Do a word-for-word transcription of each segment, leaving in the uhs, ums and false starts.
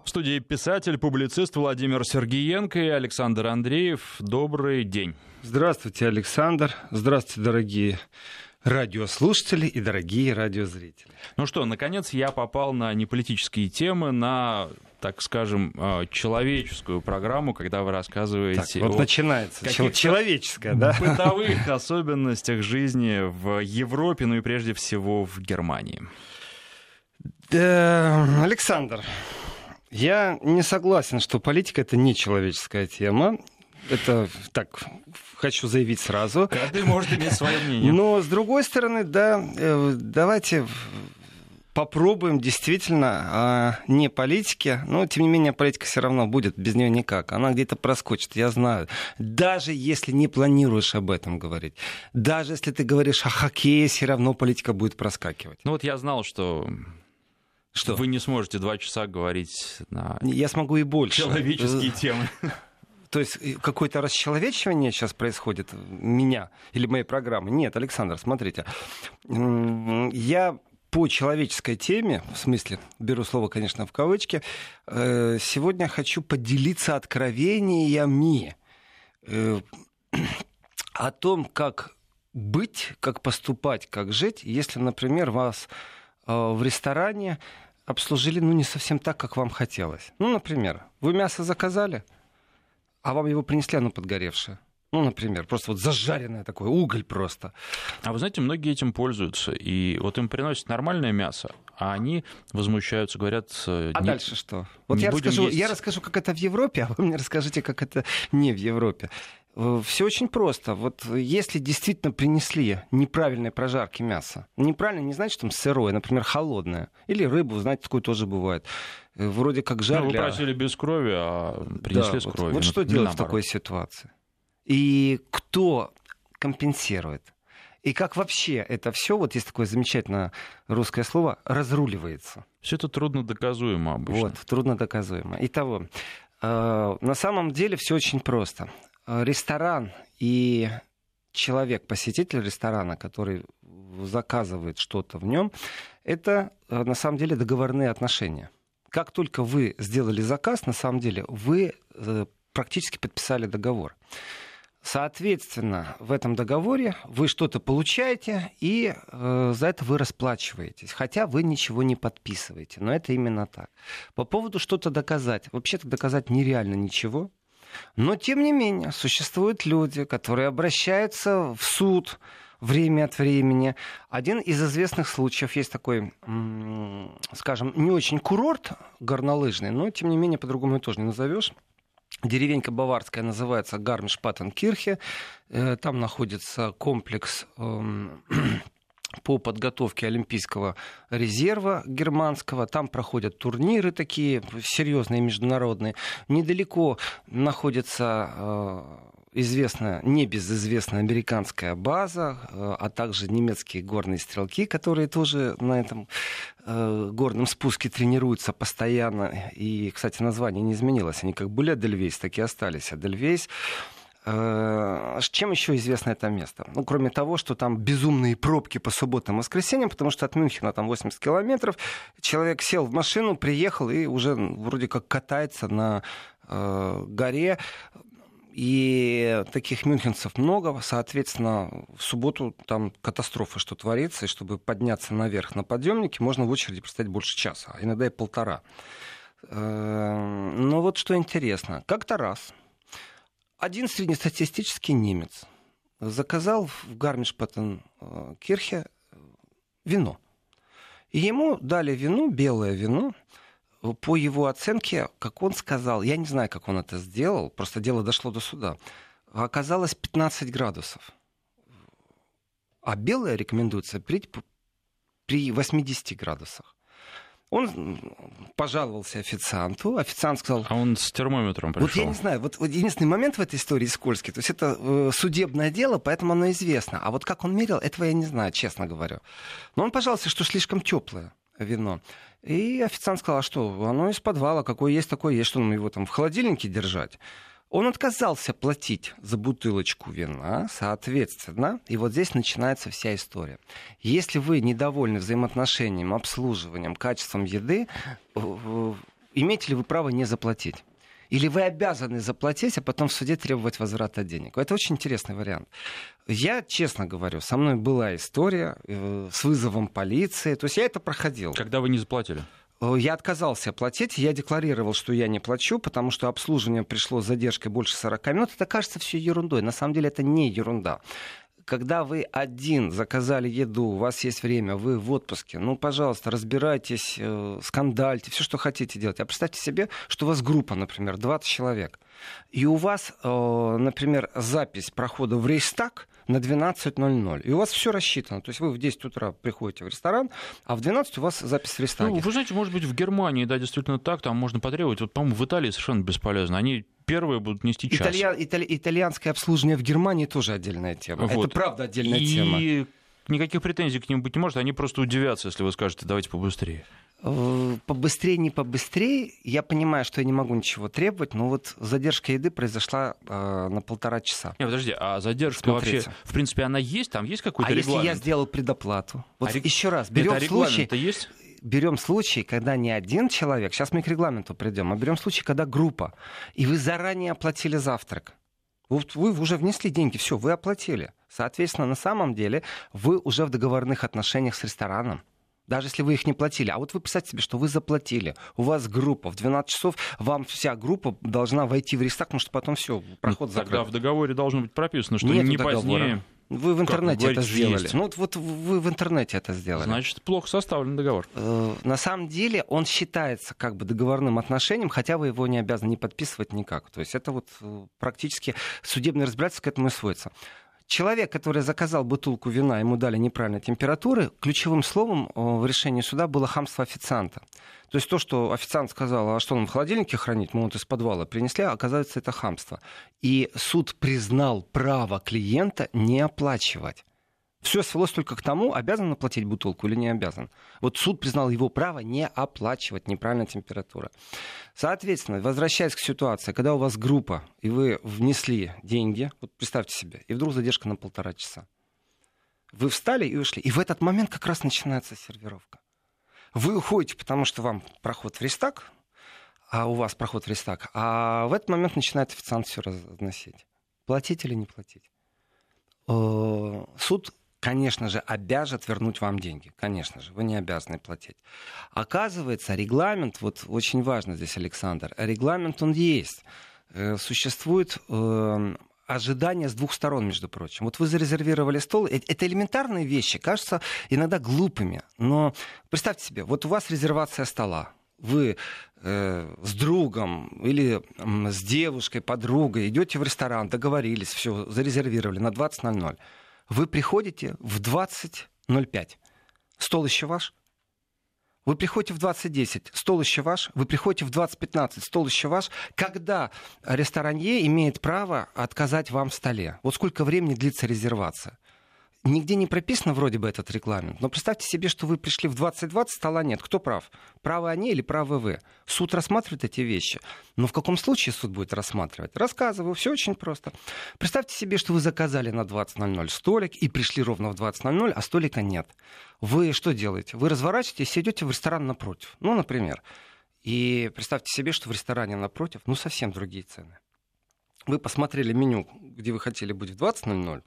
В студии писатель, публицист Владимир Сергеенко и Александр Андреев. Добрый день. Здравствуйте, Александр. Здравствуйте, дорогие радиослушатели и дорогие радиозрители. Ну что, наконец я попал на неполитические темы, на, так скажем, человеческую программу, когда вы рассказываете так, вот о начинается человеческая, да? бытовых особенностях жизни в Европе, ну и прежде всего в Германии. Да, Александр, я не согласен, что политика — это не человеческая тема. Это так, хочу заявить сразу. Каждый может иметь свое мнение. Но, с другой стороны, да, давайте попробуем действительно о не политике. Но, тем не менее, политика все равно будет, без нее никак. Она где-то проскочит, я знаю. Даже если не планируешь об этом говорить. Даже если ты говоришь о хоккее, все равно политика будет проскакивать. Ну вот я знал, что... Что? Вы не сможете два часа говорить на я смогу и больше. Человеческие темы. То есть какое-то расчеловечивание сейчас происходит меня или моей программы? Нет, Александр, смотрите. Я по человеческой теме, в смысле, беру слово, конечно, в кавычки, сегодня хочу поделиться откровениями о том, как быть, как поступать, как жить, если, например, вас в ресторане обслужили, ну, не совсем так, как вам хотелось. Ну, например, вы мясо заказали, а вам его принесли, оно подгоревшее. Ну, например, просто вот зажаренное такое, уголь просто. А вы знаете, многие этим пользуются. И вот им приносят нормальное мясо, а они возмущаются, говорят... А не, дальше что? Вот не я, будем расскажу, есть... я расскажу, как это в Европе, а вы мне расскажите, как это не в Европе. Все очень просто. Вот если действительно принесли неправильной прожарки мяса, неправильно не значит, что там сырое, например, холодное. Или рыбу, знаете, такое тоже бывает. Вроде как жарили. Ну, вы просили без крови, а принесли да, с вот, кровью. Вот что делать в такой ситуации? И кто компенсирует? И как вообще это все, вот есть такое замечательное русское слово, разруливается? Все это трудно доказуемо обычно. Вот, трудно доказуемо. Итого, э, на самом деле все очень просто. Ресторан и человек, посетитель ресторана, который заказывает что-то в нем, это на самом деле договорные отношения. Как только вы сделали заказ, на самом деле вы практически подписали договор. Соответственно, в этом договоре вы что-то получаете, и э, за это вы расплачиваетесь. Хотя вы ничего не подписываете. Но это именно так. По поводу что-то доказать. Вообще-то доказать нереально ничего. Но, тем не менее, существуют люди, которые обращаются в суд время от времени. Один из известных случаев, есть такой, скажем, не очень курорт горнолыжный, но, тем не менее, по-другому тоже не назовешь. Деревенька баварская, называется Гармиш-Паттенкирхе. Там находится комплекс по подготовке Олимпийского резерва германского. Там проходят турниры такие серьезные, международные. Недалеко находится известная, небезызвестная американская база, а также немецкие горные стрелки, которые тоже на этом горном спуске тренируются постоянно. И, кстати, название не изменилось. Они как были Эдельвейс, так и остались Эдельвейс. Чем еще известно это место? Ну, кроме того, что там безумные пробки по субботам и воскресеньям, потому что от Мюнхена там восемьдесят километров. Человек сел в машину, приехал и уже вроде как катается на э, горе. И таких мюнхенцев много. Соответственно, в субботу там катастрофа, что творится. И чтобы подняться наверх на подъемнике, можно в очереди простоять больше часа, а иногда и полтора. Но вот что интересно. Как-то раз один среднестатистический немец заказал в Гармиш-Паттенкирхе вино. И ему дали вино, белое вино, по его оценке, как он сказал, я не знаю, как он это сделал, просто дело дошло до суда, оказалось пятнадцать градусов. А белое рекомендуется пить при восьмидесяти градусах. Он пожаловался официанту, официант сказал... А он с термометром пришел. Вот я не знаю, вот, вот единственный момент в этой истории скользкий, то есть это э, судебное дело, поэтому оно известно. А вот как он мерил, этого я не знаю, честно говоря. Но он пожаловался, что слишком теплое вино. И официант сказал, а что, оно из подвала, какое есть, такое есть, что нам его там в холодильнике держать. Он отказался платить за бутылочку вина, соответственно, и вот здесь начинается вся история. Если вы недовольны взаимоотношением, обслуживанием, качеством еды, имеете ли вы право не заплатить. Или вы обязаны заплатить, а потом в суде требовать возврата денег. Это очень интересный вариант. Я, честно говорю, со мной была история э, с вызовом полиции. То есть я это проходил. Когда вы не заплатили? Я отказался платить, я декларировал, что я не плачу, потому что обслуживание пришло с задержкой больше сорок минут. Это кажется все ерундой. На самом деле это не ерунда. Когда вы один заказали еду, у вас есть время, вы в отпуске, ну, пожалуйста, разбирайтесь, э, скандальте, все, что хотите делать. А представьте себе, что у вас группа, например, двадцать человек, и у вас, э, например, запись прохода в Рейхстаг на двенадцать ноль ноль. И у вас все рассчитано. То есть вы в десять утра приходите в ресторан, а в двенадцать у вас запись в Рейхстаге. Ну, вы знаете, может быть, в Германии, да, действительно так, там можно потребовать. Вот, по-моему, в Италии совершенно бесполезно. Они первые будут нести час. Италья... Итали... Итальянское обслуживание в Германии тоже отдельная тема. Вот. Это правда отдельная и... тема. И никаких претензий к ним быть не может. Они просто удивятся, если вы скажете, давайте побыстрее. Побыстрее, не побыстрее. Я понимаю, что я не могу ничего требовать, но вот задержка еды произошла э, на полтора часа. Не, подожди, а задержка Смотрите. вообще, в принципе, она есть? Там есть какой-то а регламент? А если я сделал предоплату? Вот а еще раз, берем случай... есть? Берем случай, когда не один человек, сейчас мы к регламенту придем, а берем случай, когда группа, и вы заранее оплатили завтрак. Вот вы уже внесли деньги, все, вы оплатили. Соответственно, на самом деле вы уже в договорных отношениях с рестораном. Даже если вы их не платили. А вот вы представьте себе, что вы заплатили. У вас группа. В двенадцать часов вам вся группа должна войти в Рейхстаг, потому что потом все, проход ну, закрыт. Тогда в договоре должно быть прописано, что Нет не договора. позднее... Вы в интернете как, это сделали. есть. Ну вот, вот вы в интернете это сделали. Значит, плохо составлен договор. Э, на самом деле он считается как бы договорным отношением, хотя вы его не обязаны не подписывать никак. То есть это вот практически судебное разбирательство к этому и сводится. Человек, который заказал бутылку вина, ему дали неправильной температуры, ключевым словом в решении суда было хамство официанта. То есть то, что официант сказал, а что нам в холодильнике хранить, мы вот из подвала принесли, а оказывается, это хамство. И суд признал право клиента не оплачивать. Все свелось только к тому, обязан он оплатить бутылку или не обязан. Вот суд признал его право не оплачивать, неправильная температура. Соответственно, возвращаясь к ситуации, когда у вас группа, и вы внесли деньги, вот представьте себе, и вдруг задержка на полтора часа. Вы встали и ушли, и в этот момент как раз начинается сервировка. Вы уходите, потому что вам проход в Рейхстаг, а у вас проход в Рейхстаг, а в этот момент начинает официант все разносить. Платить или не платить? Суд, конечно же, обяжет вернуть вам деньги. Конечно же, вы не обязаны платить. Оказывается, регламент, вот очень важно здесь, Александр, регламент он есть. Существует э, ожидание с двух сторон, между прочим. Вот вы зарезервировали стол. Это элементарные вещи, кажутся иногда глупыми. Но представьте себе, вот у вас резервация стола. Вы э, с другом или э, с девушкой, подругой идете в ресторан, договорились, все, зарезервировали на двадцать ноль ноль. Вы приходите в двадцать ноль пять. Стол еще ваш? Вы приходите в двадцать десять, стол еще ваш. Вы приходите в двадцать пятнадцать, стол еще ваш. Когда ресторанье имеет право отказать вам в столе? Вот сколько времени длится резервация? Нигде не прописано вроде бы этот регламент, но представьте себе, что вы пришли в двадцать двадцать, стола нет. Кто прав? Правы они или правы вы? Суд рассматривает эти вещи. Но в каком случае суд будет рассматривать? Рассказываю, все очень просто. Представьте себе, что вы заказали на двадцать ноль ноль столик и пришли ровно в двадцать ноль ноль, а столика нет. Вы что делаете? Вы разворачиваетесь и идете в ресторан напротив. Ну, например. И представьте себе, что в ресторане напротив, ну, совсем другие цены. Вы посмотрели меню, где вы хотели быть в двадцать ноль ноль,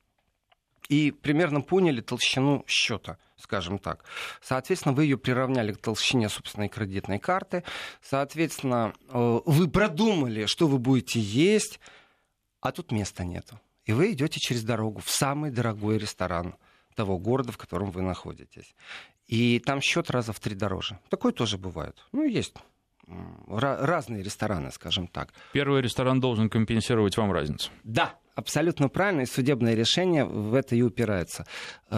и примерно поняли толщину счета, скажем так. Соответственно, вы ее приравняли к толщине собственной кредитной карты. Соответственно, вы продумали, что вы будете есть, а тут места нету. И вы идете через дорогу в самый дорогой ресторан того города, в котором вы находитесь. И там счет раза в три дороже. Такое тоже бывает. Ну, есть разные рестораны, скажем так. Первый ресторан должен компенсировать вам разницу. Да. Абсолютно правильно, и судебное решение в это и упирается.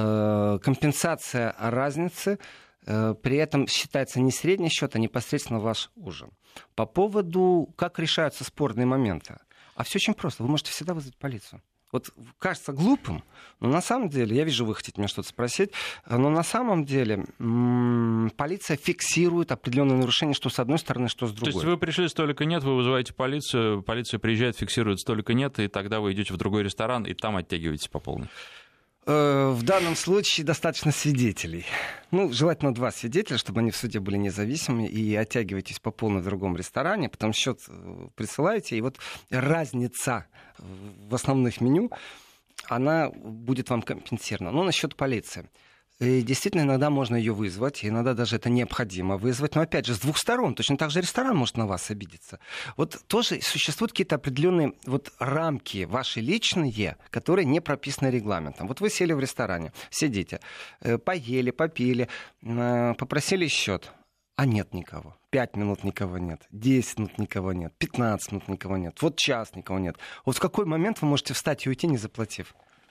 Компенсация разницы, при этом считается не средний счет, а непосредственно ваш ужин. По поводу, как решаются спорные моменты. А все очень просто. Вы можете всегда вызвать полицию. Вот кажется глупым, но на самом деле, я вижу, вы хотите меня что-то спросить, но на самом деле м- полиция фиксирует определенные нарушения, что с одной стороны, что с другой. То есть вы пришли, столика нет, вы вызываете полицию, полиция приезжает, фиксирует, столика нет, и тогда вы идете в другой ресторан, и там оттягиваетесь по полной. э, в данном случае достаточно свидетелей. Ну, желательно два свидетеля, чтобы они в суде были независимыми, и оттягивайтесь по полной в другом ресторане, потом счет присылаете, и вот разница в основных меню, она будет вам компенсирована. Ну, насчет полиции. И действительно, иногда можно ее вызвать, иногда даже это необходимо вызвать. Но, опять же, с двух сторон. Точно так же ресторан может на вас обидеться. Вот тоже существуют какие-то определенные вот рамки ваши личные, которые не прописаны регламентом. Вот вы сели в ресторане, сидите, поели, попили, попросили счет, а нет никого. Пять минут никого нет, десять минут никого нет, пятнадцать минут никого нет, вот час никого нет. Вот в какой момент вы можете встать и уйти, не заплатив?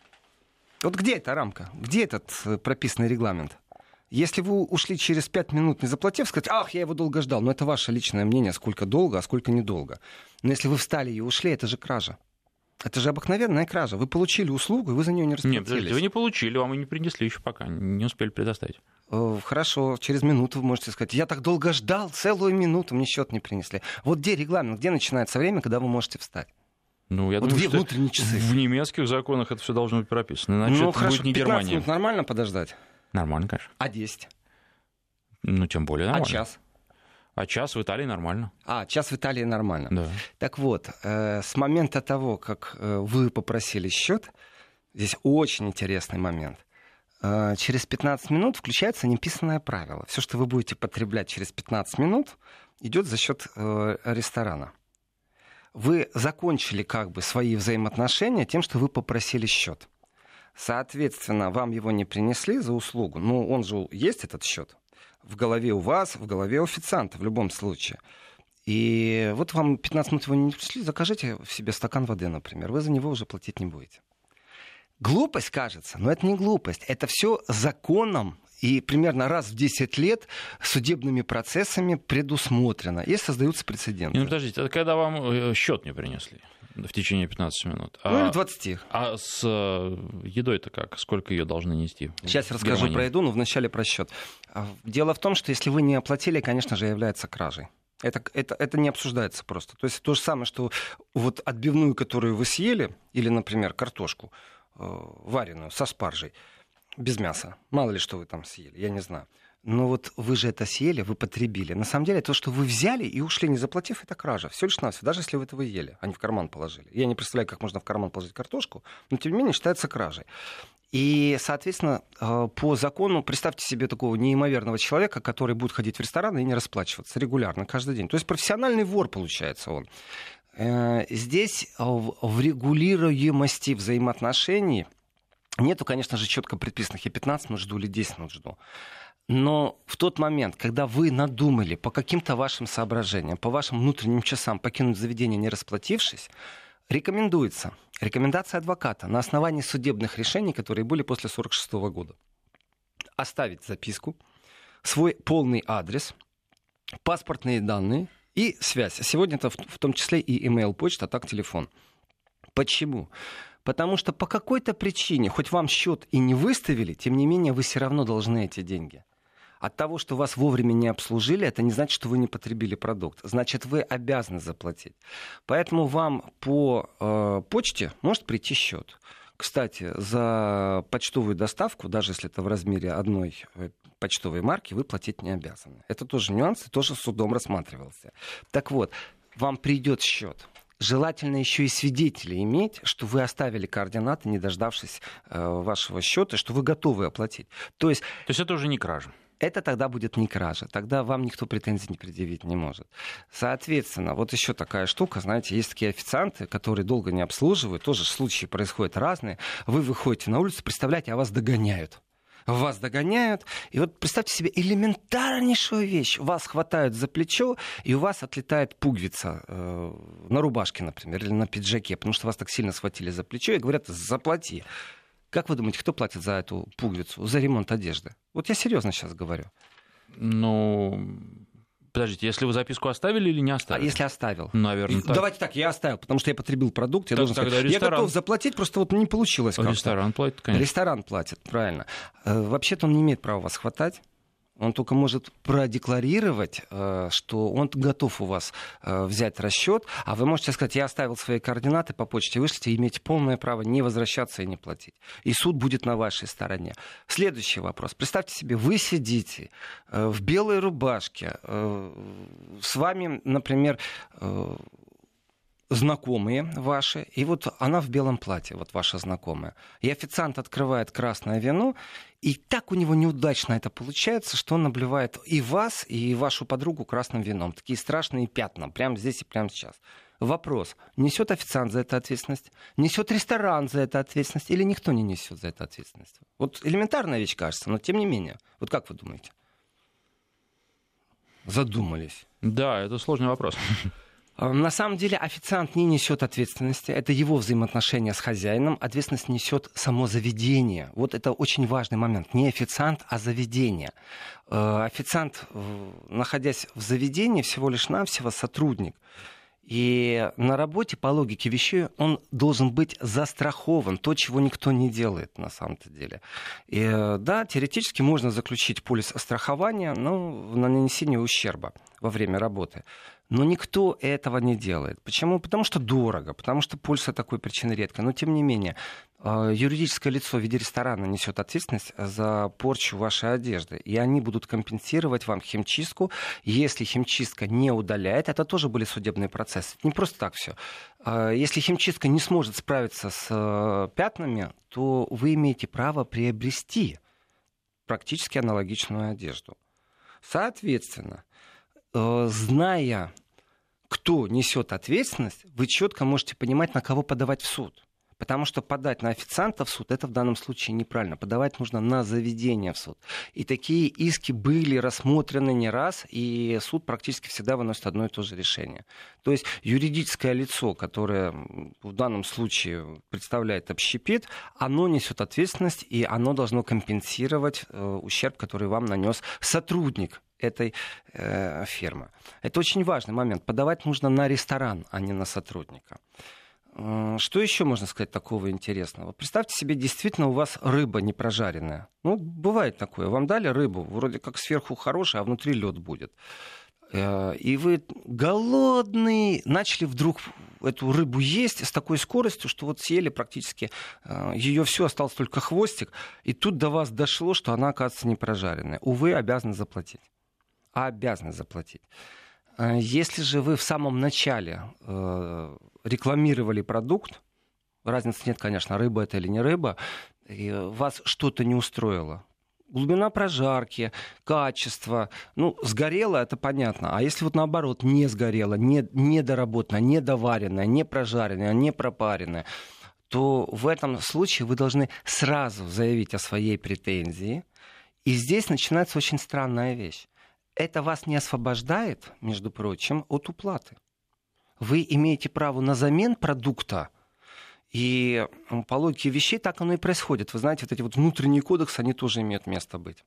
Вот где эта рамка? Где этот прописанный регламент? Если вы ушли через пять минут, не заплатив, сказать, ах, я его долго ждал. Но это ваше личное мнение, сколько долго, а сколько недолго. Но если вы встали и ушли, это же кража. Это же обыкновенная кража. Вы получили услугу, и вы за нее не расплатились. Нет, подождите, вы не получили, вам и не принесли еще пока, не успели предоставить. Хорошо, через минуту вы можете сказать, я так долго ждал, целую минуту, мне счет не принесли. Вот где регламент, где начинается время, когда вы можете встать? Ну, я вот думаю, где что внутренние часы? В немецких законах это все должно быть прописано. Иначе ну, это хорошо, будет не пятнадцать Германия. минут нормально подождать? Нормально, конечно. А десять? Ну, тем более нормально. А час? А час в Италии нормально. А, час в Италии нормально. Да. Так вот, э, с момента того, как э, вы попросили счет, здесь очень интересный момент. Э, через пятнадцать минут включается неписанное правило. Все, что вы будете потреблять через пятнадцать минут, идет за счет э, ресторана. Вы закончили как бы свои взаимоотношения тем, что вы попросили счет. Соответственно, вам его не принесли за услугу, но он же есть, этот счет. В голове у вас, в голове у официанта в любом случае. И вот вам пятнадцать минут его не пришли, закажите в себе стакан воды, например. Вы за него уже платить не будете. Глупость, кажется, но это не глупость. Это все законом и примерно раз в десять лет судебными процессами предусмотрено. И создаются прецеденты. Ну, подождите, это когда вам счет не принесли в течение пятнадцати минут? Ну, а, или двадцати. А с едой-то как? Сколько ее должны нести? Сейчас расскажу Германии? про еду, но вначале про счет. Дело в том, что если вы не оплатили, конечно же, является кражей. Это, это, это не обсуждается просто. То есть то же самое, что вот отбивную, которую вы съели, или, например, картошку э, вареную со спаржей, без мяса. Мало ли, что вы там съели, я не знаю. Но вот вы же это съели, вы потребили. На самом деле, то, что вы взяли и ушли, не заплатив, это кража. Все лишь навсего, даже если вы этого ели, а не в карман положили. Я не представляю, как можно в карман положить картошку, но, тем не менее, считается кражей. И, соответственно, по закону, представьте себе такого неимоверного человека, который будет ходить в ресторан и не расплачиваться регулярно, каждый день. То есть профессиональный вор, получается он. Здесь в регулируемости взаимоотношений нету, конечно же, четко предписанных, я пятнадцать минут жду или десять минут жду. Но в тот момент, когда вы надумали по каким-то вашим соображениям, по вашим внутренним часам покинуть заведение, не расплатившись, рекомендуется, рекомендация адвоката на основании судебных решений, которые были после сорок шестого года, оставить записку, свой полный адрес, паспортные данные и связь. Сегодня это в том числе и email-почта, а так телефон. Почему? Потому что по какой-то причине, хоть вам счет и не выставили, тем не менее вы все равно должны эти деньги. От того, что вас вовремя не обслужили, это не значит, что вы не потребили продукт. Значит, вы обязаны заплатить. Поэтому вам по э, почте может прийти счет. Кстати, за почтовую доставку, даже если это в размере одной почтовой марки, вы платить не обязаны. Это тоже нюанс, и тоже судом рассматривался. Так вот, вам придет счет. Желательно еще и свидетелей иметь, что вы оставили координаты, не дождавшись э, вашего счета, что вы готовы оплатить. То есть, То есть это уже не кража? Это тогда будет не кража. Тогда вам никто претензий не предъявить не может. Соответственно, вот еще такая штука, знаете, есть такие официанты, которые долго не обслуживают, тоже случаи происходят разные. Вы выходите на улицу, представляете, а вас догоняют. Вас догоняют, и вот представьте себе элементарнейшую вещь. Вас хватают за плечо, и у вас отлетает пуговица э, на рубашке, например, или на пиджаке, потому что вас так сильно схватили за плечо и говорят, заплати. Как вы думаете, кто платит за эту пуговицу, за ремонт одежды? Вот я серьезно сейчас говорю. Ну, подождите, если вы записку оставили или не оставили? А если оставил? Наверное, так. Давайте так, я оставил, потому что я потребил продукт, я так, должен сказать, ресторан. Я готов заплатить, просто вот не получилось как-то. Ресторан платит, конечно. Ресторан платит, правильно. Вообще-то он не имеет права вас хватать, Он только может продекларировать, что он готов у вас взять расчет, а вы можете сказать, я оставил свои координаты по почте, вышлите, и имеете полное право не возвращаться и не платить. И суд будет на вашей стороне. Следующий вопрос. Представьте себе, вы сидите в белой рубашке, с вами, например, знакомые ваши, и вот она в белом платье, вот ваша знакомая. И официант открывает красное вино, и так у него неудачно это получается, что он обливает и вас, и вашу подругу красным вином. Такие страшные пятна, прямо здесь и прямо сейчас. Вопрос, несет официант за это ответственность? Несет ресторан за это ответственность? Или никто не несет за это ответственность? Вот элементарная вещь, кажется, но тем не менее. Вот как вы думаете? Задумались. Да, это сложный вопрос. На самом деле официант не несет ответственности, это его взаимоотношения с хозяином, ответственность несет само заведение. Вот это очень важный момент. Не официант, а заведение. Официант, находясь в заведении, всего лишь навсего сотрудник. И на работе, по логике вещей, он должен быть застрахован. То, чего никто не делает на самом-то деле. И, да, теоретически можно заключить полис страхования, но на нанесение ущерба во время работы. Но никто этого не делает. Почему? Потому что дорого, потому что польза такой причины редко. Но тем не менее, юридическое лицо в виде ресторана несет ответственность за порчу вашей одежды. И они будут компенсировать вам химчистку. Если химчистка не удаляет, это тоже были судебные процессы. Не просто так все. Если химчистка не сможет справиться с пятнами, то вы имеете право приобрести практически аналогичную одежду. Соответственно, зная, кто несет ответственность, вы четко можете понимать, на кого подавать в суд. Потому что подать на официанта в суд, это в данном случае неправильно. Подавать нужно на заведение в суд. И такие иски были рассмотрены не раз, и суд практически всегда выносит одно и то же решение. То есть юридическое лицо, которое в данном случае представляет общепит, оно несет ответственность, и оно должно компенсировать э, ущерб, который вам нанес сотрудник этой э, фирмы. Это очень важный момент. Подавать нужно на ресторан, а не на сотрудника. Что еще можно сказать такого интересного? Представьте себе, действительно у вас рыба не прожаренная. Ну, бывает такое. Вам дали рыбу, вроде как сверху хорошая, а внутри лед будет. И вы голодный, начали вдруг эту рыбу есть с такой скоростью, что вот съели практически ее все, остался только хвостик. И тут до вас дошло, что она, оказывается, не прожаренная. Увы, обязаны заплатить. Обязаны заплатить. Если же вы в самом начале э, рекламировали продукт, разницы нет, конечно, рыба это или не рыба, и вас что-то не устроило. Глубина прожарки, качество, ну, сгорело, это понятно. А если вот наоборот не сгорело, не, недоработано, недоваренное, не прожаренное, не пропаренное, то в этом случае вы должны сразу заявить о своей претензии. И здесь начинается очень странная вещь. Это вас не освобождает, между прочим, от уплаты. Вы имеете право на замен продукта, и по логике вещей так оно и происходит. Вы знаете, вот эти вот внутренние кодексы, они тоже имеют место быть.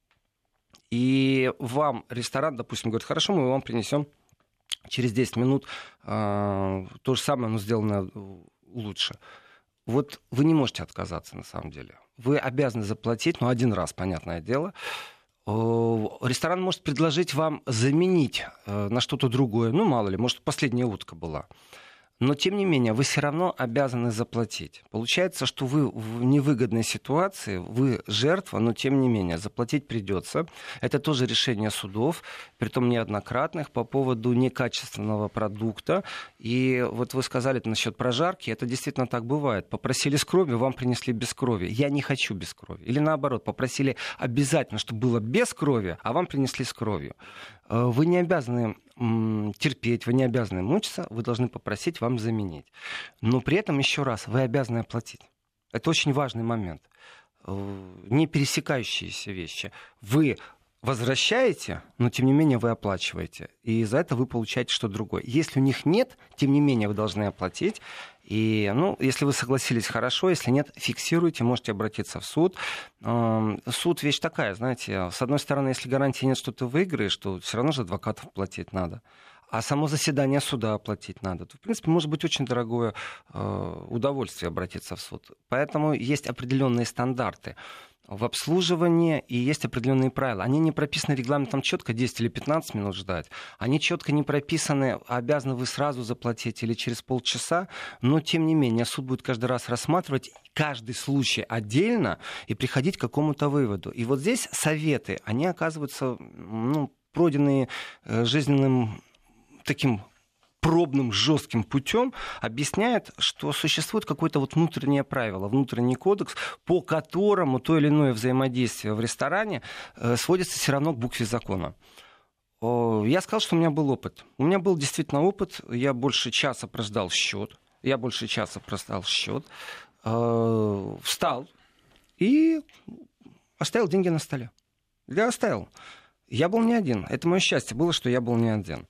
И вам ресторан, допустим, говорит, хорошо, мы вам принесем через десять минут э, то же самое, но сделано лучше. Вот вы не можете отказаться на самом деле. Вы обязаны заплатить, ну, один раз, понятное дело. Ресторан может предложить вам заменить на что-то другое. Ну, мало ли, может, последняя утка была. Но, тем не менее, вы все равно обязаны заплатить. Получается, что вы в невыгодной ситуации, вы жертва, но, тем не менее, заплатить придется. Это тоже решение судов, притом неоднократных, по поводу некачественного продукта. И вот вы сказали насчет прожарки, это действительно так бывает. Попросили с кровью, вам принесли без крови. Я не хочу без крови. Или наоборот, попросили обязательно, чтобы было без крови, а вам принесли с кровью. Вы не обязаны терпеть, вы не обязаны мучиться, вы должны попросить вам заменить. Но при этом, еще раз, вы обязаны оплатить. Это очень важный момент. Не пересекающиеся вещи. Вы возвращаете, но тем не менее вы оплачиваете. И за это вы получаете что-то другое. Если у них нет, тем не менее вы должны оплатить. И, ну, если вы согласились, хорошо, если нет, фиксируйте, можете обратиться в суд. Суд вещь такая, знаете, с одной стороны, если гарантии нет, что ты выиграешь, то все равно же адвокатов платить надо. а само заседание суда оплатить надо, то, в принципе, может быть очень дорогое э, удовольствие обратиться в суд. Поэтому есть определенные стандарты в обслуживании, и есть определенные правила. Они не прописаны регламентом четко десять или пятнадцать минут ждать. Они четко не прописаны, обязаны вы сразу заплатить или через полчаса. Но, тем не менее, суд будет каждый раз рассматривать каждый случай отдельно и приходить к какому-то выводу. И вот здесь советы, они оказываются, ну, пройденные э, жизненным таким пробным жестким путем, объясняет, что существует какое-то вот внутреннее правило, внутренний кодекс, по которому то или иное взаимодействие в ресторане э, сводится все равно к букве закона. О, я сказал, что у меня был опыт. У меня был действительно опыт. Я больше часа прождал счет. Я больше часа прождал счет. Э, встал и оставил деньги на столе. Я оставил. Я был не один. Это мое счастье было, что я был не один.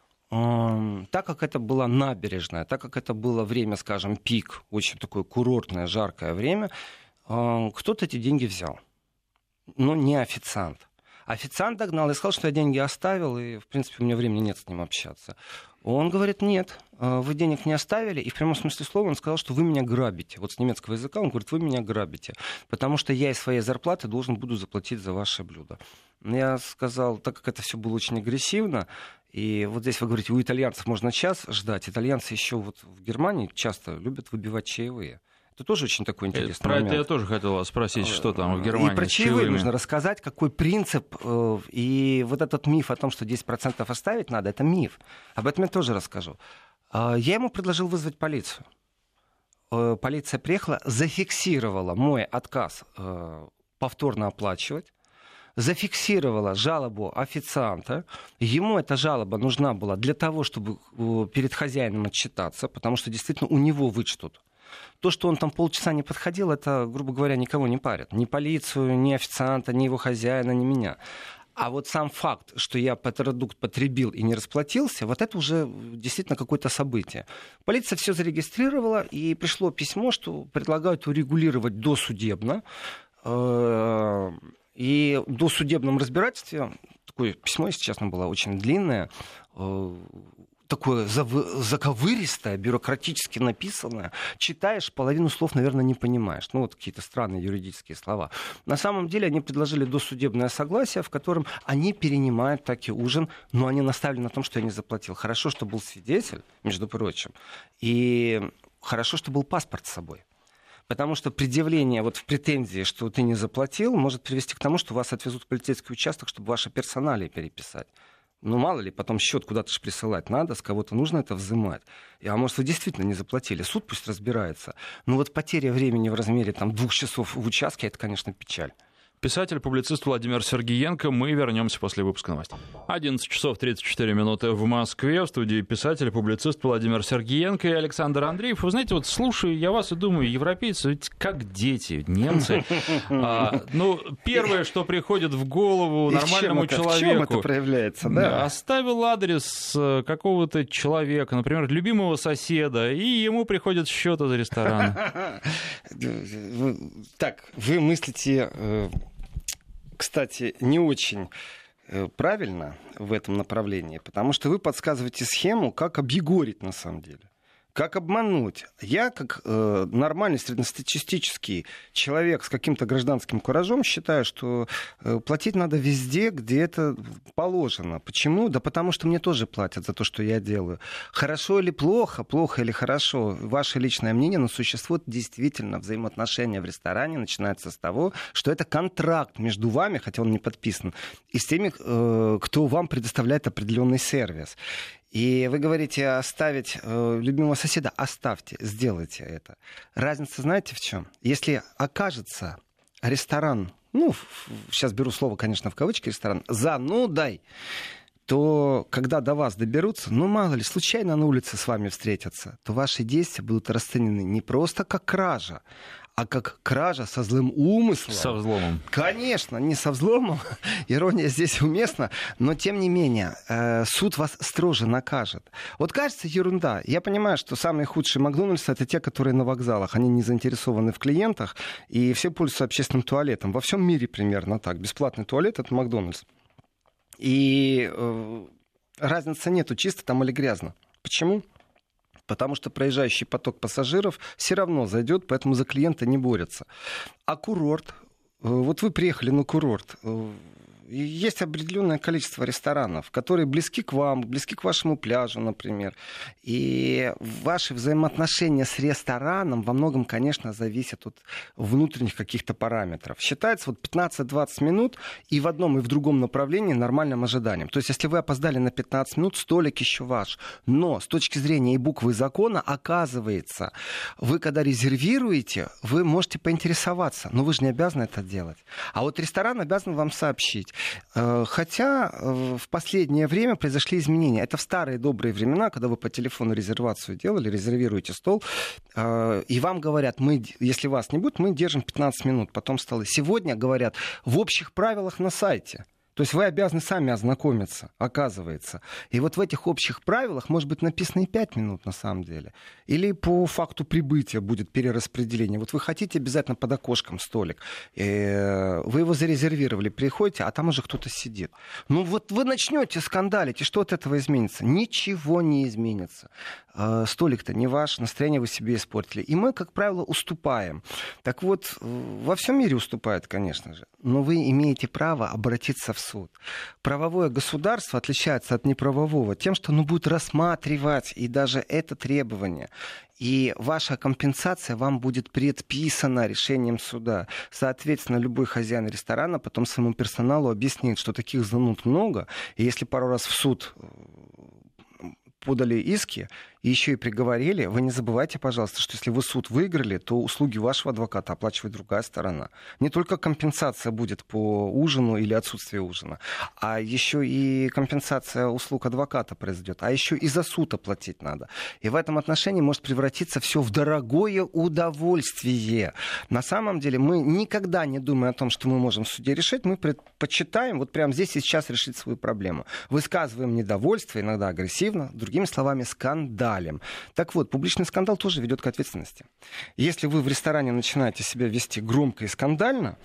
Так как это была набережная, так как это было время, скажем, пик, очень такое курортное, жаркое время, кто-то эти деньги взял. Но не официант. Официант догнал и сказал, что я деньги оставил, и, в принципе, у меня времени нет с ним общаться. Он говорит, нет, вы денег не оставили, и в прямом смысле слова он сказал, что вы меня грабите. Вот с немецкого языка он говорит, вы меня грабите, потому что я из своей зарплаты должен буду заплатить за ваше блюдо. Я сказал, так как это все было очень агрессивно, и вот здесь вы говорите, у итальянцев можно час ждать, итальянцы еще вот в Германии часто любят выбивать чаевые. Это тоже очень такой интересный Про момент. это я тоже хотел вас спросить, что там в Германии. И про чаевые нужно рассказать, какой принцип. И вот этот миф о том, что десять процентов оставить надо, это миф. Об этом я тоже расскажу. Я ему предложил вызвать полицию. Полиция приехала, зафиксировала мой отказ повторно оплачивать, зафиксировала жалобу официанта. Ему эта жалоба нужна была для того, чтобы перед хозяином отчитаться, потому что действительно у него вычтут. То, что он там полчаса не подходил, это, грубо говоря, никого не парит. Ни полицию, ни официанта, ни его хозяина, ни меня. А вот сам факт, что я продукт потребил и не расплатился, вот это уже действительно какое-то событие. Полиция все зарегистрировала, и пришло письмо, что предлагают урегулировать досудебно. И в досудебном разбирательстве, такое письмо, если честно, было очень длинное, такое заковыристое, бюрократически написанное. Читаешь, половину слов, наверное, не понимаешь. Ну, вот какие-то странные юридические слова. На самом деле они предложили досудебное согласие, в котором они перенимают таки ужин, но они наставили на том, что я не заплатил. Хорошо, что был свидетель, между прочим, и хорошо, что был паспорт с собой. Потому что предъявление вот в претензии, что ты не заплатил, может привести к тому, что вас отвезут в полицейский участок, чтобы ваши персоналии переписать. Ну, мало ли, потом счет куда-то же присылать надо, с кого-то нужно это взимать. А может, вы действительно не заплатили. Суд пусть разбирается. Но вот потеря времени в размере там, двух часов в участке, это, конечно, печаль. Писатель-публицист Владимир Сергиенко. Мы вернемся после выпуска новостей. одиннадцать часов тридцать четыре минуты в Москве. В студии писатель-публицист Владимир Сергиенко и Александр Андреев. Вы знаете, вот слушаю я вас и думаю, европейцы ведь как дети, немцы. А, ну, первое, что приходит в голову нормальному человеку. В чем это проявляется, да? Оставил адрес какого-то человека, например, любимого соседа, и ему приходит счет из ресторана. Так, вы мыслите... Кстати, не очень правильно в этом направлении, потому что вы подсказываете схему, как объегорить на самом деле. Как обмануть? Я, как э, нормальный среднестатистический человек с каким-то гражданским куражом, считаю, что э, платить надо везде, где это положено. Почему? Да потому что мне тоже платят за то, что я делаю. Хорошо или плохо, плохо или хорошо, ваше личное мнение, но существует действительно взаимоотношения в ресторане, начинается с того, что это контракт между вами, хотя он не подписан, и с теми, э, кто вам предоставляет определенный сервис. И вы говорите оставить э, любимого соседа, оставьте, сделайте это. Разница знаете в чем? Если окажется ресторан, ну, сейчас беру слово, конечно, в кавычки, ресторан, занудой, то когда до вас доберутся, ну, мало ли, случайно на улице с вами встретятся, то ваши действия будут расценены не просто как кража, а как кража со злым умыслом. Со взломом. Конечно, не со взломом. Ирония здесь уместна. Но, тем не менее, э, суд вас строже накажет. Вот кажется, ерунда. Я понимаю, что самые худшие Макдональдсы — это те, которые на вокзалах. Они не заинтересованы в клиентах, и все пользуются общественным туалетом. Во всем мире примерно так. Бесплатный туалет — это Макдональдс. И... Э, разницы нету, чисто там или грязно. Почему? Потому что проезжающий поток пассажиров все равно зайдет, поэтому за клиента не борются. А курорт? Вот вы приехали на курорт. Есть определенное количество ресторанов, которые близки к вам, близки к вашему пляжу, например. И ваши взаимоотношения с рестораном во многом, конечно, зависят от внутренних каких-то параметров. Считается вот пятнадцать-двадцать минут и в одном, и в другом направлении нормальным ожиданием. То есть, если вы опоздали на пятнадцать минут, столик еще ваш. Но с точки зрения и буквы закона, оказывается, вы когда резервируете, вы можете поинтересоваться, но вы же не обязаны это делать. А вот ресторан обязан вам сообщить. Хотя в последнее время произошли изменения. Это в старые добрые времена, когда вы по телефону резервацию делали, резервируете стол, и вам говорят, мы, если вас не будет, мы держим пятнадцать минут, потом столы. Сегодня говорят в общих правилах на сайте. То есть вы обязаны сами ознакомиться, оказывается. И вот в этих общих правилах может быть написано и пять минут на самом деле. Или по факту прибытия будет перераспределение. Вот вы хотите обязательно под окошком столик. Вы его зарезервировали, приходите, а там уже кто-то сидит. Ну вот вы начнете скандалить, и что от этого изменится? Ничего не изменится. Столик-то не ваш, настроение вы себе испортили. И мы, как правило, уступаем. Так вот, во всем мире уступают, конечно же. Но вы имеете право обратиться в суд. Правовое государство отличается от неправового тем, что оно будет рассматривать и даже это требование. И ваша компенсация вам будет предписана решением суда. Соответственно, любой хозяин ресторана потом своему персоналу объяснит, что таких зануд много, и если пару раз в суд подали иски, и еще и приговорили, вы не забывайте, пожалуйста, что если вы суд выиграли, то услуги вашего адвоката оплачивает другая сторона. Не только компенсация будет по ужину или отсутствию ужина, а еще и компенсация услуг адвоката произойдет, а еще и за суд оплатить надо. И в этом отношении может превратиться все в дорогое удовольствие. На самом деле мы никогда не думаем о том, что мы можем в суде решить, мы предпочитаем вот прямо здесь и сейчас решить свою проблему. Высказываем недовольство, иногда агрессивно, другими словами, скандаль. Так вот, публичный скандал тоже ведет к ответственности. Если вы в ресторане начинаете себя вести громко и скандально,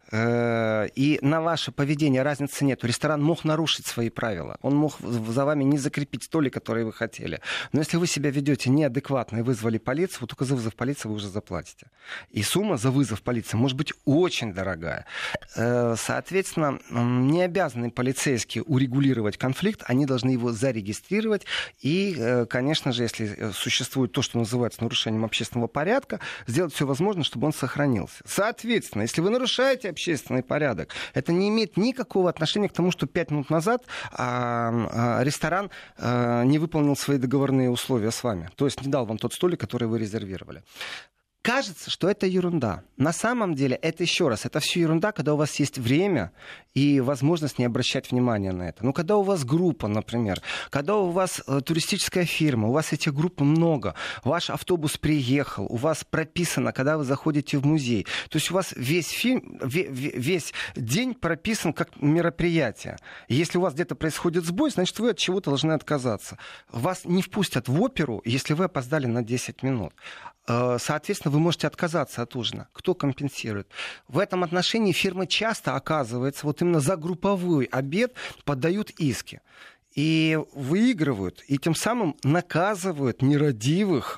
э- и на ваше поведение разницы нет, ресторан мог нарушить свои правила, он мог за вами не закрепить столик, который вы хотели. Но если вы себя ведете неадекватно и вызвали полицию, вот только за вызов полиции вы уже заплатите. И сумма за вызов полиции может быть очень дорогая. Э- соответственно, не обязаны полицейские урегулировать конфликт, они должны его зарегистрировать и, э- конечно же, если существует то, что называется нарушением общественного порядка, сделать все возможное, чтобы он сохранился. Соответственно, если вы нарушаете общественный порядок, это не имеет никакого отношения к тому, что пять минут назад а, а, ресторан а, не выполнил свои договорные условия с вами. То есть не дал вам тот столик, который вы резервировали. Кажется, что это ерунда. На самом деле, это еще раз, это все ерунда, когда у вас есть время и возможность не обращать внимания на это. Ну, когда у вас группа, например, когда у вас э, туристическая фирма, у вас этих групп много, ваш автобус приехал, у вас прописано, когда вы заходите в музей. То есть у вас весь фильм, весь день прописан как мероприятие. И если у вас где-то происходит сбой, значит, вы от чего-то должны отказаться. Вас не впустят в оперу, если вы опоздали на десять минут. Соответственно, вы можете отказаться от ужина. Кто компенсирует? В этом отношении фирмы часто, оказывается, вот именно за групповой обед подают иски. И выигрывают, и тем самым наказывают нерадивых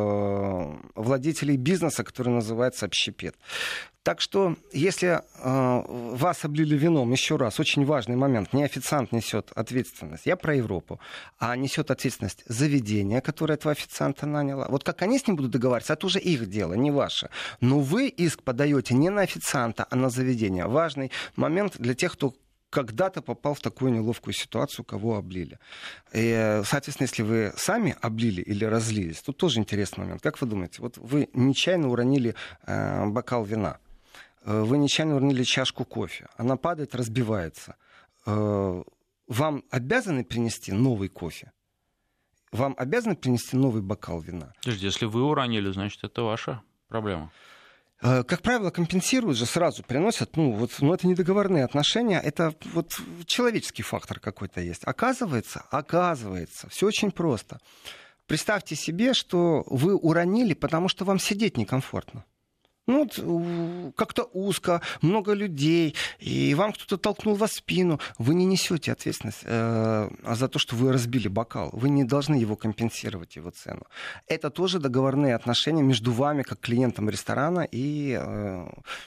э, владельцей бизнеса, который называется общепит. Так что, если э, вас облили вином, еще раз, очень важный момент, не официант несет ответственность, я про Европу, а несет ответственность заведение, которое этого официанта наняло. Вот как они с ним будут договариваться, это уже их дело, не ваше. Но вы иск подаете не на официанта, а на заведение. Важный момент для тех, кто когда-то попал в такую неловкую ситуацию, кого облили. И, соответственно, если вы сами облили или разлились, тут тоже интересный момент. Как вы думаете, вот вы нечаянно уронили э, бокал вина, вы нечаянно уронили чашку кофе, она падает, разбивается. Э, вам обязаны принести новый кофе? Вам обязаны принести новый бокал вина? Подожди, если вы уронили, значит, это ваша проблема. Как правило, компенсируют же, сразу приносят, ну, вот, ну, это не договорные отношения, это вот человеческий фактор какой-то есть. Оказывается, оказывается, все очень просто. Представьте себе, что вы уронили, потому что вам сидеть некомфортно. Ну, вот, как-то узко, много людей, и вам кто-то толкнул вас в спину. Вы не несете ответственность э, за то, что вы разбили бокал. Вы не должны его компенсировать, его цену. Это тоже договорные отношения между вами, как клиентом ресторана, и э,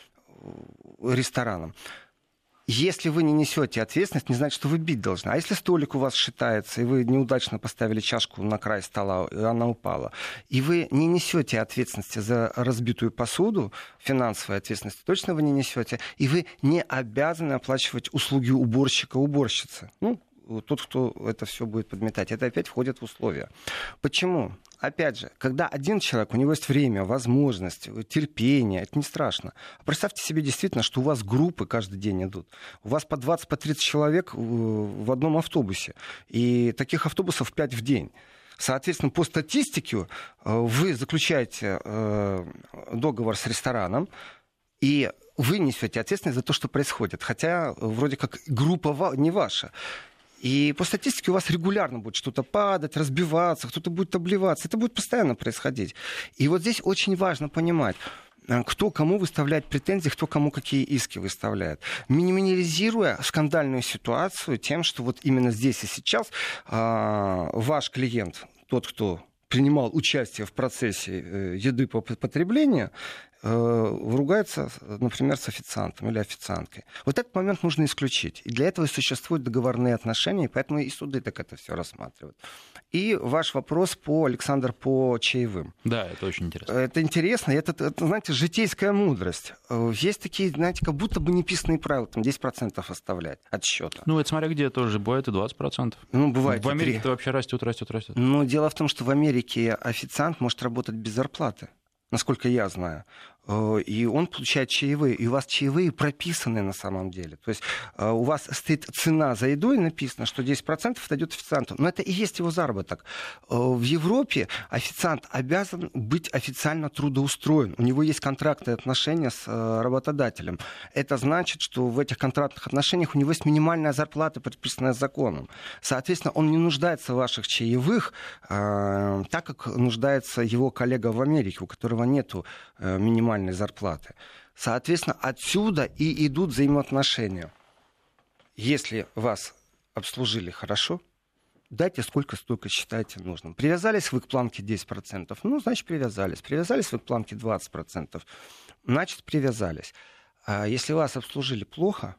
рестораном. Если вы не несете ответственность, не значит, что вы бить должны. А если столик у вас шатается, и вы неудачно поставили чашку на край стола, и она упала, и вы не несете ответственности за разбитую посуду, финансовой ответственности точно вы не несете, и вы не обязаны оплачивать услуги уборщика, уборщицы. Ну, тот, кто это все будет подметать. Это опять входит в условия. Почему? Опять же, когда один человек, у него есть время, возможность, терпение, это не страшно. Представьте себе действительно, что у вас группы каждый день идут. У вас по двадцать, по тридцать человек в одном автобусе. И таких автобусов пять в день. Соответственно, по статистике вы заключаете договор с рестораном, и вы несете ответственность за то, что происходит. Хотя вроде как группа не ваша. И по статистике у вас регулярно будет что-то падать, разбиваться, кто-то будет обливаться. Это будет постоянно происходить. И вот здесь очень важно понимать, кто кому выставляет претензии, кто кому какие иски выставляет. Минимализируя скандальную ситуацию тем, что вот именно здесь и сейчас э, ваш клиент, тот, кто принимал участие в процессе э, еды по потреблению, ругается, например, с официантом или официанткой. Вот этот момент нужно исключить. И для этого и существуют договорные отношения, и поэтому и суды так это все рассматривают. И ваш вопрос, по, Александр, по чаевым. Да, это очень интересно. Это интересно. Это, это, знаете, житейская мудрость. Есть такие, знаете, как будто бы неписанные правила, там десять процентов оставлять от счета. Ну, это смотря где тоже, бывает и двадцать процентов. Ну, бывает. В Америке это вообще растет, растет, растет. Но дело в том, что в Америке официант может работать без зарплаты, насколько я знаю. И он получает чаевые, и у вас чаевые прописаны на самом деле. То есть у вас стоит цена за еду, и написано, что десять процентов отойдет официанту. Но это и есть его заработок. В Европе официант обязан быть официально трудоустроен. У него есть контрактные отношения с работодателем. Это значит, что в этих контрактных отношениях у него есть минимальная зарплата, предписанная законом. Соответственно, он не нуждается в ваших чаевых, так как нуждается его коллега в Америке, у которого нет минимальной зарплаты. Соответственно, отсюда и идут взаимоотношения. Если вас обслужили хорошо, дайте сколько, столько считаете нужным. Привязались вы к планке десять процентов, ну, значит, привязались. Привязались вы к планке двадцать процентов, значит, привязались. А если вас обслужили плохо,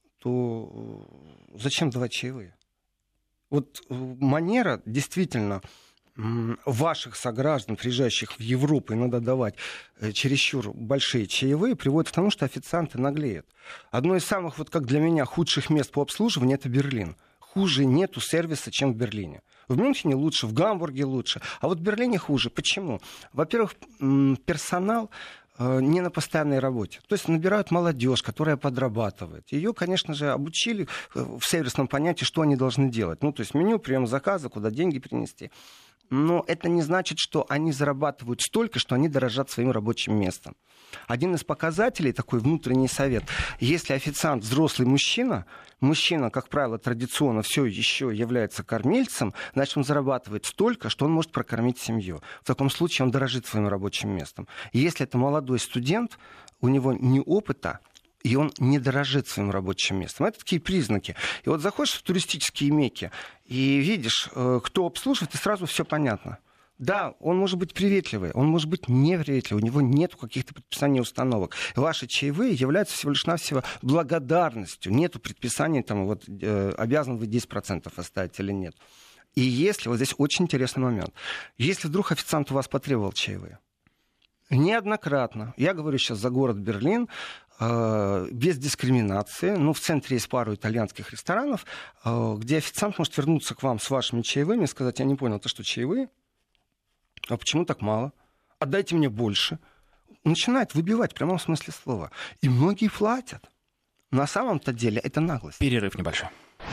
то зачем давать чаевые? Вот манера действительно ваших сограждан, приезжающих в Европу, иногда давать чересчур большие чаевые, приводит к тому, что официанты наглеют. Одно из самых, вот как для меня, худших мест по обслуживанию — это Берлин. Хуже нету сервиса, чем в Берлине. В Мюнхене лучше, в Гамбурге лучше, а вот в Берлине хуже. Почему? Во-первых, персонал не на постоянной работе. То есть набирают молодежь, которая подрабатывает. Ее, конечно же, обучили в сервисном понятии, что они должны делать. Ну, то есть меню, прием заказа, куда деньги принести. Но это не значит, что они зарабатывают столько, что они дорожат своим рабочим местом. Один из показателей, такой внутренний совет, если официант взрослый мужчина, мужчина, как правило, традиционно все еще является кормильцем, значит, он зарабатывает столько, что он может прокормить семью. В таком случае он дорожит своим рабочим местом. Если это молодой студент, у него ни опыта, и он не дорожит своим рабочим местом. Это такие признаки. И вот заходишь в туристические мекки и видишь, кто обслуживает, и сразу все понятно. Да, он может быть приветливый, он может быть неприветливый, у него нет каких-то предписаний и установок. Ваши чаевые являются всего лишь навсего благодарностью. Нету предписаний, там, вот, э, обязан вы десять процентов оставить или нет. И если, вот здесь очень интересный момент, если вдруг официант у вас потребовал чаевые, неоднократно, я говорю сейчас за город Берлин, э, без дискриминации, ну, в центре есть пару итальянских ресторанов, э, где официант может вернуться к вам с вашими чаевыми и сказать: я не понял, это что, чаевые? А почему так мало? Отдайте мне больше. Начинает выбивать в прямом смысле слова. И многие платят. На самом-то деле это наглость. Перерыв небольшой.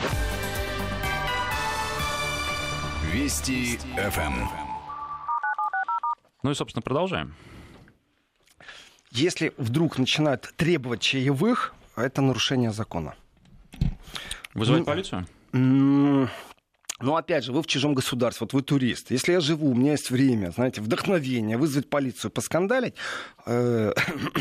Вести эф эм. Ну и, собственно, продолжаем. Если вдруг начинают требовать чаевых, это нарушение закона. Вызывать ну, полицию? Но, опять же, вы в чужом государстве, вот вы турист. Если я живу, у меня есть время, знаете, вдохновение, вызвать полицию, поскандалить, э-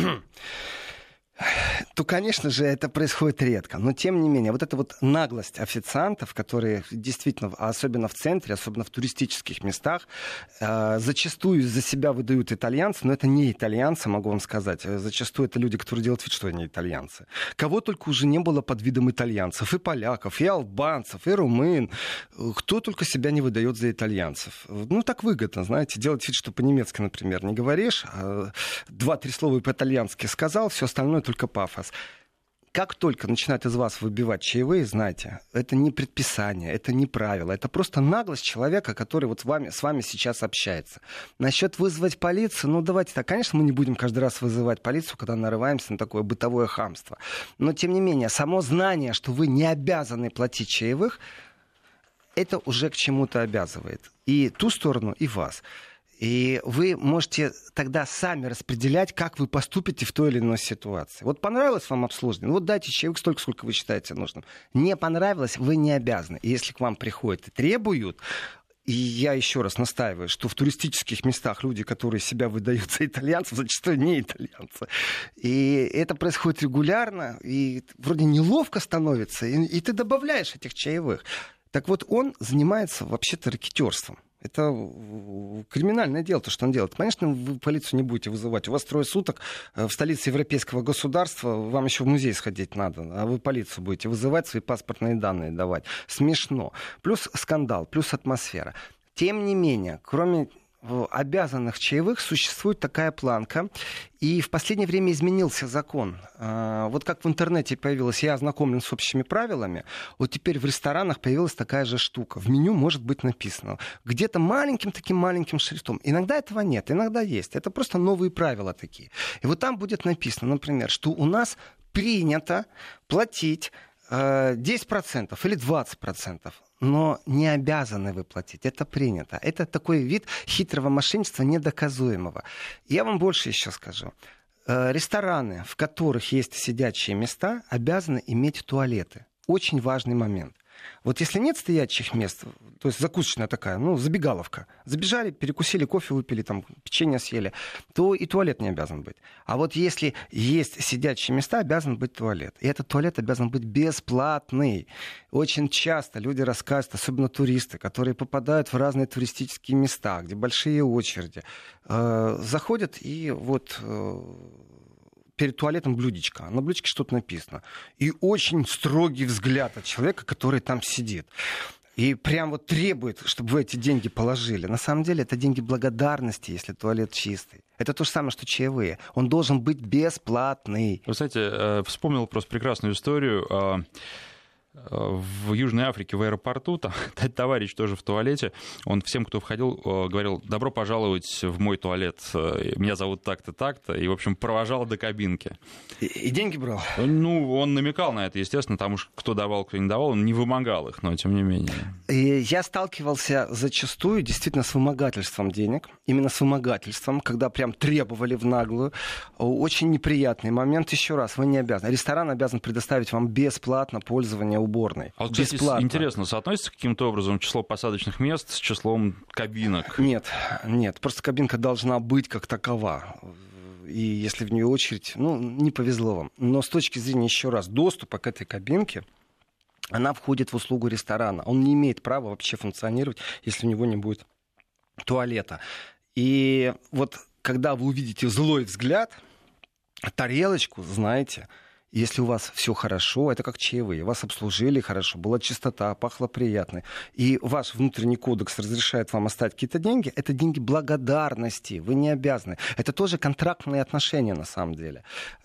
то, конечно же, это происходит редко. Но, тем не менее, вот эта вот наглость официантов, которые действительно, особенно в центре, особенно в туристических местах, э, зачастую за себя выдают итальянцы, но это не итальянцы, могу вам сказать. Зачастую это люди, которые делают вид, что они итальянцы. Кого только уже не было под видом итальянцев. И поляков, и албанцев, и румын. Кто только себя не выдает за итальянцев. Ну, так выгодно, знаете, делать вид, что по-немецки, например, не говоришь, а два-три слова и по-итальянски сказал, все остальное только пафос. Как только начинают из вас выбивать чаевые, знаете, это не предписание, это не правило, это просто наглость человека, который вот с вами, с вами сейчас общается. Насчет вызвать полицию, ну давайте так, конечно, мы не будем каждый раз вызывать полицию, когда нарываемся на такое бытовое хамство. Но тем не менее, само знание, что вы не обязаны платить чаевых, это уже к чему-то обязывает. И ту сторону, и вас. И вы можете тогда сами распределять, как вы поступите в той или иной ситуации. Вот понравилось вам обслуживание? Ну, вот дайте чаевых столько, сколько вы считаете нужным. Не понравилось, вы не обязаны. И если к вам приходят и требуют, и я еще раз настаиваю, что в туристических местах люди, которые себя выдают за итальянцев, зачастую не итальянцы. И это происходит регулярно, и вроде неловко становится, и, и ты добавляешь этих чаевых. Так вот, он занимается вообще-то рэкетёрством. Это криминальное дело, то, что он делает. Конечно, вы полицию не будете вызывать. У вас трое суток в столице европейского государства, вам еще в музей сходить надо, а вы полицию будете вызывать, свои паспортные данные давать. Смешно. Плюс скандал, плюс атмосфера. Тем не менее, кроме обязанных чаевых существует такая планка, и в последнее время изменился закон. Вот как в интернете появилось «я ознакомлен с общими правилами», вот теперь в ресторанах появилась такая же штука. В меню может быть написано где-то маленьким таким маленьким шрифтом. Иногда этого нет, иногда есть. Это просто новые правила такие. И вот там будет написано, например, что у нас принято платить десять процентов или двадцать процентов. Но не обязаны вы платить. Это принято. Это такой вид хитрого мошенничества недоказуемого. Я вам больше еще скажу. Рестораны, в которых есть сидячие места, обязаны иметь туалеты. Очень важный момент. Вот если нет стоячих мест, то есть закусочная такая, ну, забегаловка, забежали, перекусили, кофе выпили, там, печенье съели, то и туалет не обязан быть. А вот если есть сидячие места, обязан быть туалет. И этот туалет обязан быть бесплатный. Очень часто люди рассказывают, особенно туристы, которые попадают в разные туристические места, где большие очереди, э, заходят и вот... Э, перед туалетом блюдечко. На блюдечке что-то написано. И очень строгий взгляд от человека, который там сидит. И прям вот требует, чтобы вы эти деньги положили. На самом деле это деньги благодарности, если туалет чистый. Это то же самое, что чаевые. Он должен быть бесплатный. Вы знаете, вспомнил просто прекрасную историю. В Южной Африке в аэропорту, там товарищ тоже в туалете, он всем, кто входил, говорил: добро пожаловать в мой туалет, меня зовут так-то, так-то, и, в общем, провожал до кабинки. И, и деньги брал? Ну, он намекал на это, естественно, там уж кто давал, кто не давал, он не вымогал их, но тем не менее. И я сталкивался зачастую действительно с вымогательством денег, именно с вымогательством, когда прям требовали в наглую. Очень неприятный момент, еще раз, вы не обязаны. Ресторан обязан предоставить вам бесплатно пользование уборной. А вот, кстати, бесплатно. Интересно, соотносится каким-то образом число посадочных мест с числом кабинок? Нет, нет, просто кабинка должна быть как такова. И если в нее очередь, ну, не повезло вам. Но с точки зрения, еще раз, доступа к этой кабинке, она входит в услугу ресторана. Он не имеет права вообще функционировать, если у него не будет туалета. И вот когда вы увидите злой взгляд, тарелочку, знаете... Если у вас все хорошо, это как чаевые, вас обслужили хорошо, была чистота, пахло приятно, и ваш внутренний кодекс разрешает вам оставить какие-то деньги, это деньги благодарности, вы не обязаны. Это тоже контрактные отношения на самом деле.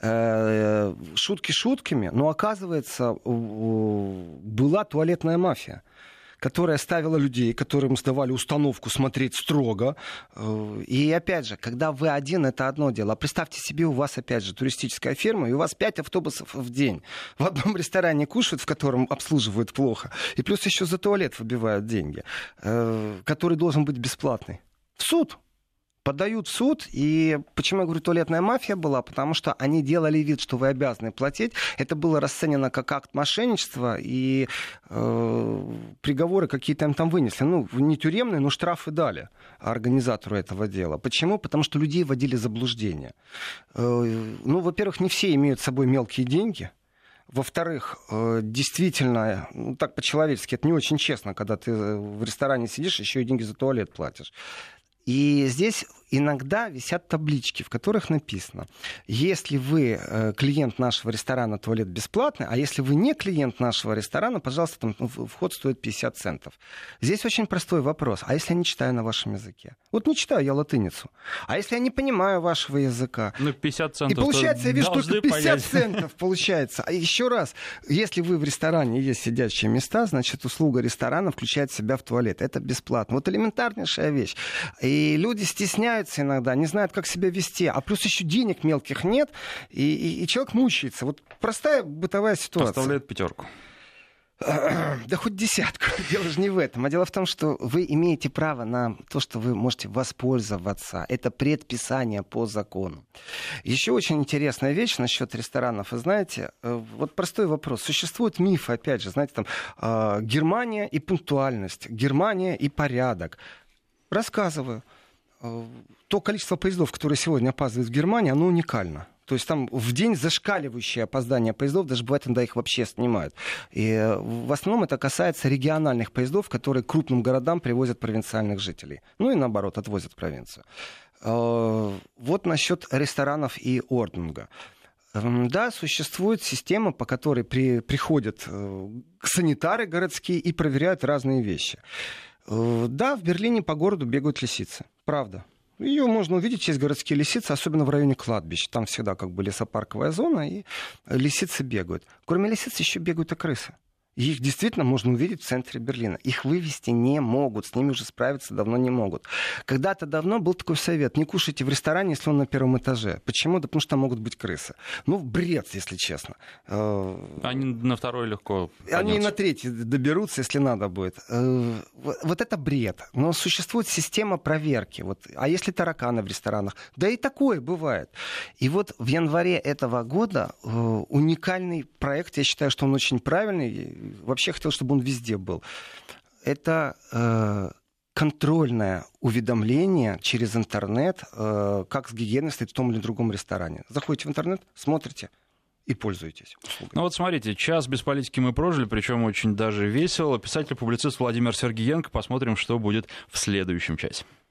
Шутки шутками, но оказывается, была туалетная мафия, которая ставила людей, которым сдавали установку смотреть строго. И опять же, когда вы один, это одно дело. А представьте себе, у вас опять же туристическая фирма, и у вас пять автобусов в день. В одном ресторане кушают, в котором обслуживают плохо, и плюс еще за туалет выбивают деньги, который должен быть бесплатный. В суд! подают в суд. И почему я говорю, туалетная мафия была? Потому что они делали вид, что вы обязаны платить. Это было расценено как акт мошенничества, и э, приговоры какие-то им там вынесли. Ну, не тюремные, но штрафы дали организатору этого дела. Почему? Потому что людей вводили в заблуждение. Э, ну, во-первых, не все имеют с собой мелкие деньги. Во-вторых, действительно, ну, так по-человечески, это не очень честно, когда ты в ресторане сидишь, еще и деньги за туалет платишь. И здесь иногда висят таблички, в которых написано: если вы клиент нашего ресторана, туалет бесплатный, а если вы не клиент нашего ресторана, пожалуйста, там вход стоит пятьдесят центов. Здесь очень простой вопрос: а если я не читаю на вашем языке? Вот не читаю я латыницу. А если я не понимаю вашего языка? Ну, пятьдесят центов. И получается, я вижу только пятьдесят понять. центов получается. А еще раз, если вы в ресторане есть сидячие места, значит, услуга ресторана включает себя в туалет. Это бесплатно. Вот элементарнейшая вещь. И люди стесняются иногда, не знают, как себя вести, а плюс еще денег мелких нет, и, и, и человек мучается. Вот простая бытовая ситуация. Поставляет пятерку. Да хоть десятку. Дело же не в этом. А дело в том, что вы имеете право на то, что вы можете воспользоваться. Это предписание по закону. Еще очень интересная вещь насчет ресторанов. Вы знаете, вот простой вопрос. Существуют мифы, опять же, знаете, там Германия и пунктуальность, Германия и порядок. Рассказываю. То количество поездов, которые сегодня опаздывают в Германии, оно уникально. То есть там в день зашкаливающее опоздание поездов, даже бывает, иногда их вообще снимают. И в основном это касается региональных поездов, которые к крупным городам привозят провинциальных жителей. Ну и наоборот, отвозят в провинцию. Вот насчет ресторанов и ординга. Да, существует система, по которой при, приходят санитары городские и проверяют разные вещи. Да, в Берлине по городу бегают лисицы. Правда. Ее можно увидеть, есть городские лисицы, особенно в районе кладбищ. Там всегда как бы лесопарковая зона, и лисицы бегают. Кроме лисиц еще бегают и крысы. И их действительно можно увидеть в центре Берлина. Их вывести не могут, с ними уже справиться давно не могут. Когда-то давно был такой совет: не кушайте в ресторане, если он на первом этаже. Почему? Да потому что там могут быть крысы. Ну, бред, если честно. Они на второй легко поднимутся. Они и на третий доберутся, если надо будет. Вот это бред. Но существует система проверки. Вот. А если тараканы в ресторанах? Да и такое бывает. И вот в январе этого года уникальный проект, я считаю, что он очень правильный. Вообще хотел, чтобы он везде был. Это э, контрольное уведомление через интернет, э, как с гигиеной стоит в том или другом ресторане. Заходите в интернет, смотрите и пользуетесь услугами. Ну вот смотрите, час без политики мы прожили, причем очень даже весело. Писатель-публицист Владимир Сергиенко. Посмотрим, что будет в следующем часе.